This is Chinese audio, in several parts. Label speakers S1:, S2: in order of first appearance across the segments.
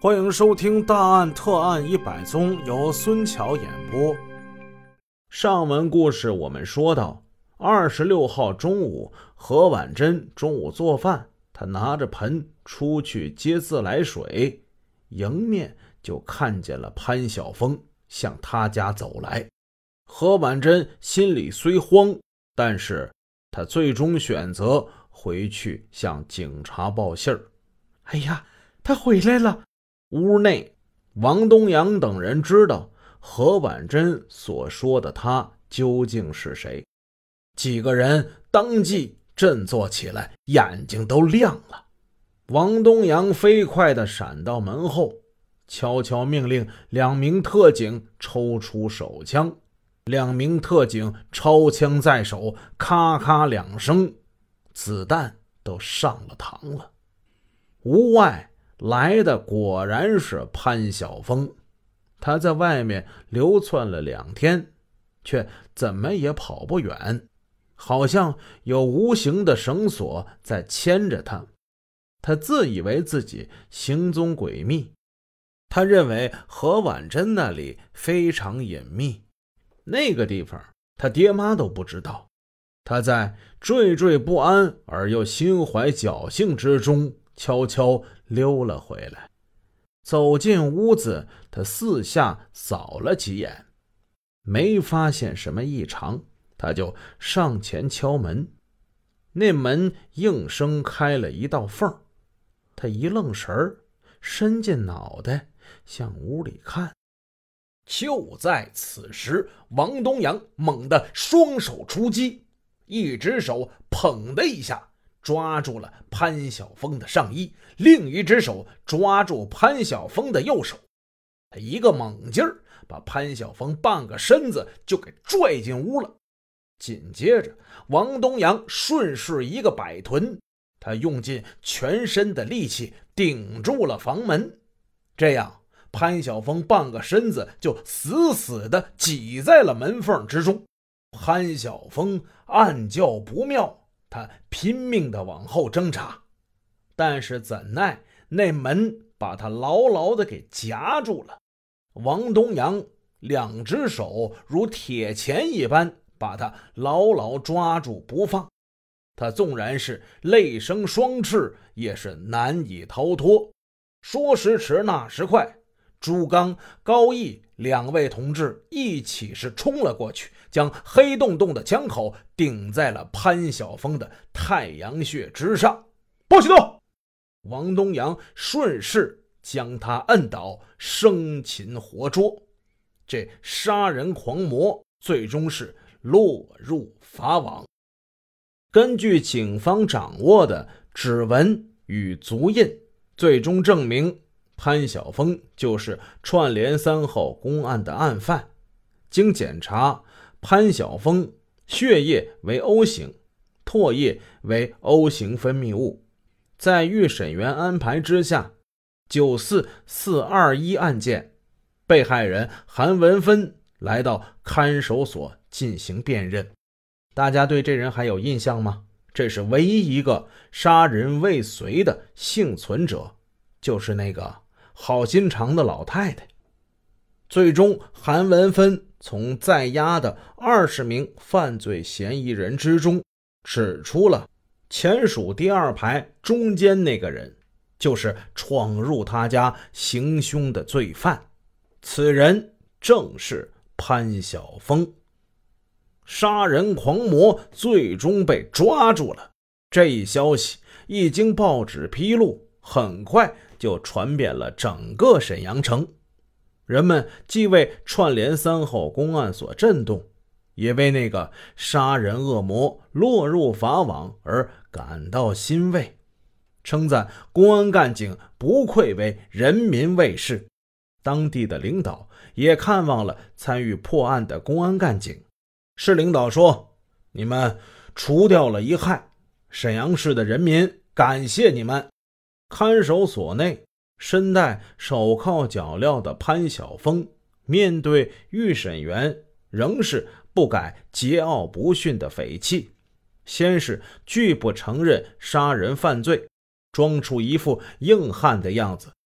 S1: 欢迎收听《大案特案100宗》，由孙桥演播。上文故事我们说到，26号中午，何婉珍中午做饭，她拿着盆出去接自来水，迎面就看见了潘晓峰向他家走来。何婉珍心里虽慌，但是她最终选择回去向警察报信儿。
S2: 哎呀，他回来了！
S1: 屋内，王东阳等人知道何婉珍所说的他究竟是谁，几个人当即振作起来，眼睛都亮了。王东阳飞快地闪到门后，悄悄命令2名特警抽出手枪。2名特警抄枪在手，咔咔2声，子弹都上了膛了。屋外来的果然是潘晓峰，他在外面流窜了2天，却怎么也跑不远，好像有无形的绳索在牵着他。他自以为自己行踪诡秘，他认为何婉珍那里非常隐秘，那个地方他爹妈都不知道。他在惴惴不安而又心怀侥幸之中悄悄溜了回来。走进屋子，他四下扫了几眼，没发现什么异常，他就上前敲门。那门应声开了一道缝，他一愣神儿，伸进脑袋向屋里看。就在此时，王东阳猛地双手出击，一只手砰的一下抓住了潘晓峰的上衣，另一只手抓住潘晓峰的右手。他一个猛劲儿把潘晓峰半个身子就给拽进屋了。紧接着，王东阳顺势一个摆臀，他用尽全身的力气顶住了房门，这样潘晓峰半个身子就死死地挤在了门缝之中。潘晓峰暗叫不妙，他拼命地往后挣扎，但是怎奈那门把他牢牢地给夹住了。王东阳2只手如铁钳一般把他牢牢抓住不放，他纵然是泪生双翅，也是难以逃脱。说时迟，那时快，朱刚、高义2位同志一起是冲了过去，将黑洞洞的枪口顶在了潘晓峰的太阳穴之上。不许动！王东阳顺势将他摁倒，生擒活捉。这杀人狂魔最终是落入法网。根据警方掌握的指纹与足印，最终证明潘晓峰就是串联3号公案的案犯。经检查，潘晓峰血液为 O 型，唾液为 O 型分泌物。在预审员安排之下，94421案件，被害人韩文芬来到看守所进行辨认。大家对这人还有印象吗？这是唯一一个杀人未遂的幸存者，就是那个好心肠的老太太。最终，韩文芬从在押的20名犯罪嫌疑人之中指出了前数第2排中间那个人就是闯入他家行凶的罪犯，此人正是潘晓峰。杀人狂魔最终被抓住了，这一消息一经报纸披露，很快就传遍了整个沈阳城。人们既为串联3号公案所震动，也为那个杀人恶魔落入法网而感到欣慰，称赞公安干警不愧为人民卫士。当地的领导也看望了参与破案的公安干警。市领导说：“你们除掉了一害，沈阳市的人民感谢你们。”看守所内，身戴手铐脚镣的潘晓峰面对预审员仍是不改桀骜不驯的匪气，先是拒不承认杀人犯罪，装出一副硬汉的样子，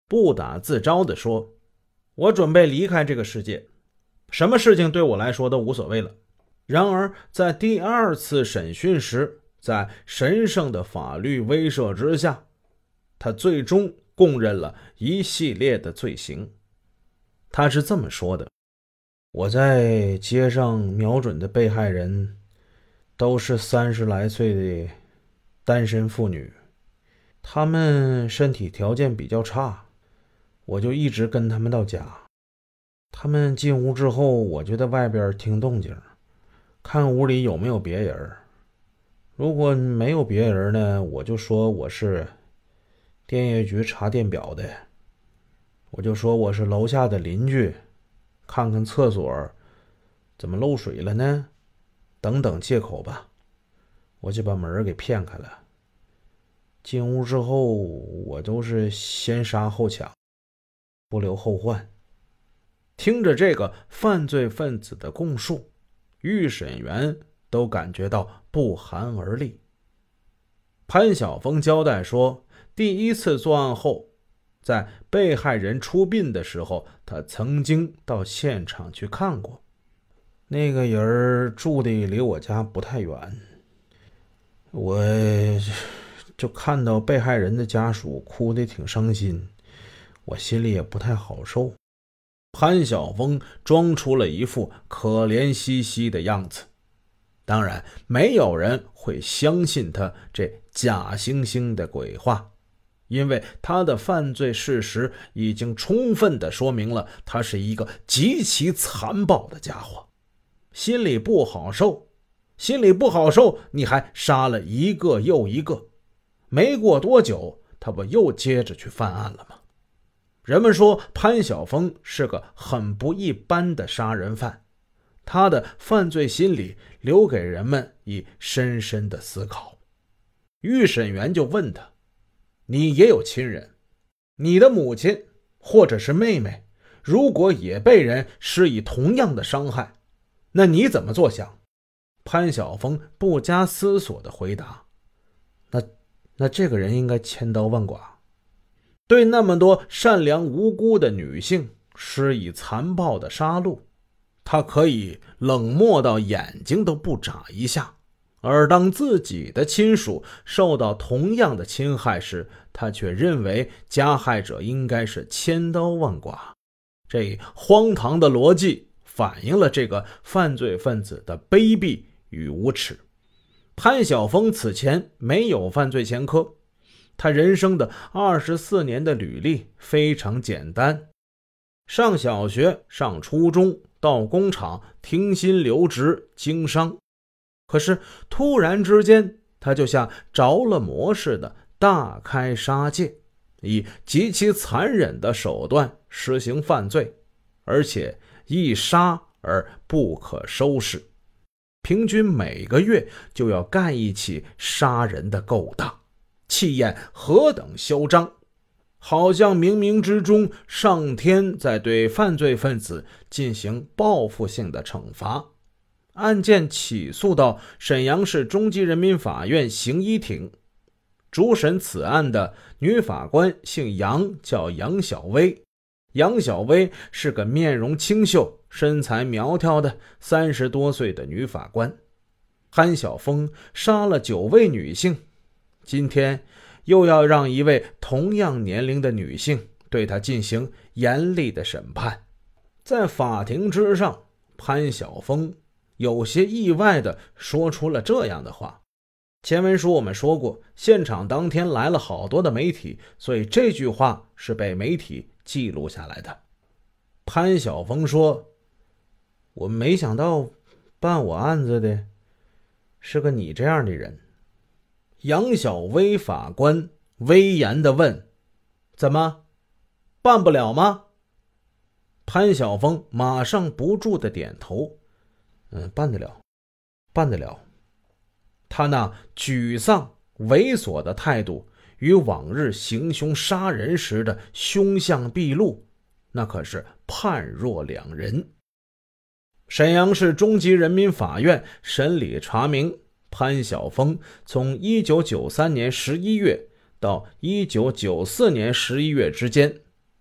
S1: 不打自招地说：“我准备离开这个世界，什么事情对我来说都无所谓了。”然而在第2次审讯时，在神圣的法律威慑之下，他最终供认了一系列的罪行。他是这么说的：“我在街上瞄准的被害人都是30来岁的单身妇女，她们身体条件比较差，我就一直跟她们到家。她们进屋之后，我就在外边听动静，看屋里有没有别人。如果没有别人呢，我就说我是电业局查电表的，我就说我是楼下的邻居，看看厕所怎么漏水了呢，等等借口吧，我就把门给骗开了。进屋之后，我都是先杀后抢，不留后患。”听着这个犯罪分子的供述，预审员都感觉到不寒而栗。潘晓峰交代说，第1次作案后，在被害人出殡的时候，他曾经到现场去看过。那个人住的离我家不太远，我就看到被害人的家属哭得挺伤心，我心里也不太好受。潘晓峰装出了一副可怜兮兮的样子。当然，没有人会相信他这假惺惺的鬼话，因为他的犯罪事实已经充分地说明了他是一个极其残暴的家伙。心里不好受，你还杀了一个又一个，没过多久，他不又接着去犯案了吗？人们说潘晓峰是个很不一般的杀人犯，他的犯罪心理留给人们以深深的思考。预审员就问他：“你也有亲人，你的母亲或者是妹妹，如果也被人施以同样的伤害，那你怎么做想？”潘晓峰不加思索地回答：“那这个人应该千刀万剐。对那么多善良无辜的女性施以残暴的杀戮，他可以冷漠到眼睛都不眨一下，而当自己的亲属受到同样的侵害时，他却认为加害者应该是千刀万剐。这荒唐的逻辑反映了这个犯罪分子的卑鄙与无耻。潘晓峰此前没有犯罪前科，他人生的24年的履历非常简单：上小学、上初中，到工厂停薪留职经商。可是突然之间，他就像着了魔似的大开杀戒，以极其残忍的手段实行犯罪，而且一杀而不可收拾，平均每个月就要干一起杀人的勾当，气焰何等嚣张，好像冥冥之中上天在对犯罪分子进行报复性的惩罚。案件起诉到沈阳市中级人民法院刑一庭，主审此案的女法官姓杨，叫杨小薇。杨小薇是个面容清秀、身材苗条的30多岁的女法官。潘晓峰杀了9位女性，今天又要让一位同样年龄的女性对他进行严厉的审判。在法庭之上，潘晓峰有些意外地说出了这样的话。前文书我们说过，现场当天来了好多的媒体，所以这句话是被媒体记录下来的。潘晓峰说：“我没想到办我案子的是个你这样的人。”杨小薇法官威严地问：“怎么，办不了吗？”潘晓峰马上不住地点头：“办得了，办得了。”他那沮丧猥琐的态度与往日行凶杀人时的凶相毕露，那可是判若两人。沈阳市中级人民法院审理查明，潘晓峰从1993年11月到1994年11月之间，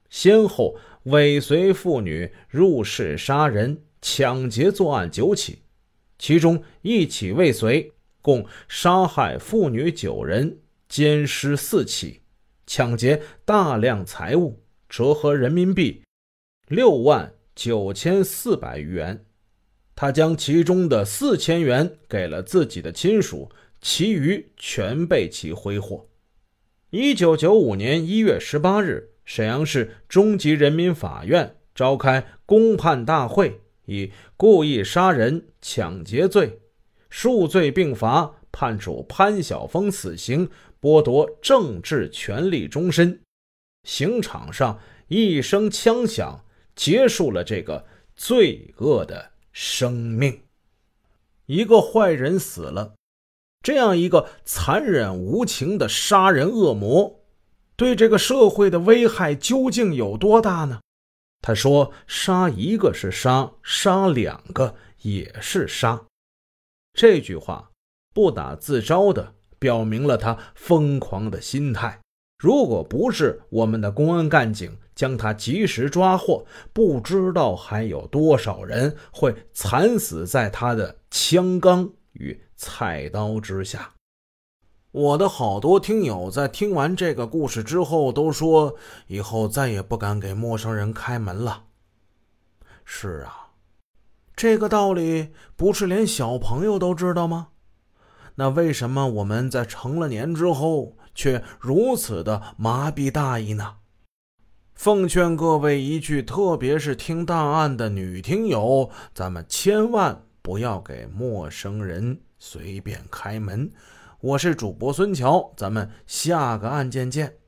S1: 先后尾随妇女入室杀人、抢劫作案9起，其中1起未遂，共杀害妇女9人，奸尸4起，抢劫大量财物，折合人民币69400余元。他将其中的4000元给了自己的亲属，其余全被其挥霍。1995年1月18日，沈阳市中级人民法院召开公判大会，以故意杀人、抢劫罪数罪并罚，判处潘晓峰死刑，剥夺政治权利终身。刑场上一声枪响，结束了这个罪恶的生命。一个坏人死了，这样一个残忍无情的杀人恶魔，对这个社会的危害究竟有多大呢？他说，杀一个是杀，杀2个也是杀。这句话不打自招的表明了他疯狂的心态。如果不是我们的公安干警将他及时抓获，不知道还有多少人会惨死在他的枪杆与菜刀之下。我的好多听友在听完这个故事之后都说，以后再也不敢给陌生人开门了。是啊，这个道理不是连小朋友都知道吗？那为什么我们在成了年之后却如此的麻痹大意呢？奉劝各位一句，特别是听大案的女听友，咱们千万不要给陌生人随便开门。我是主播孙桥，咱们下个案件见。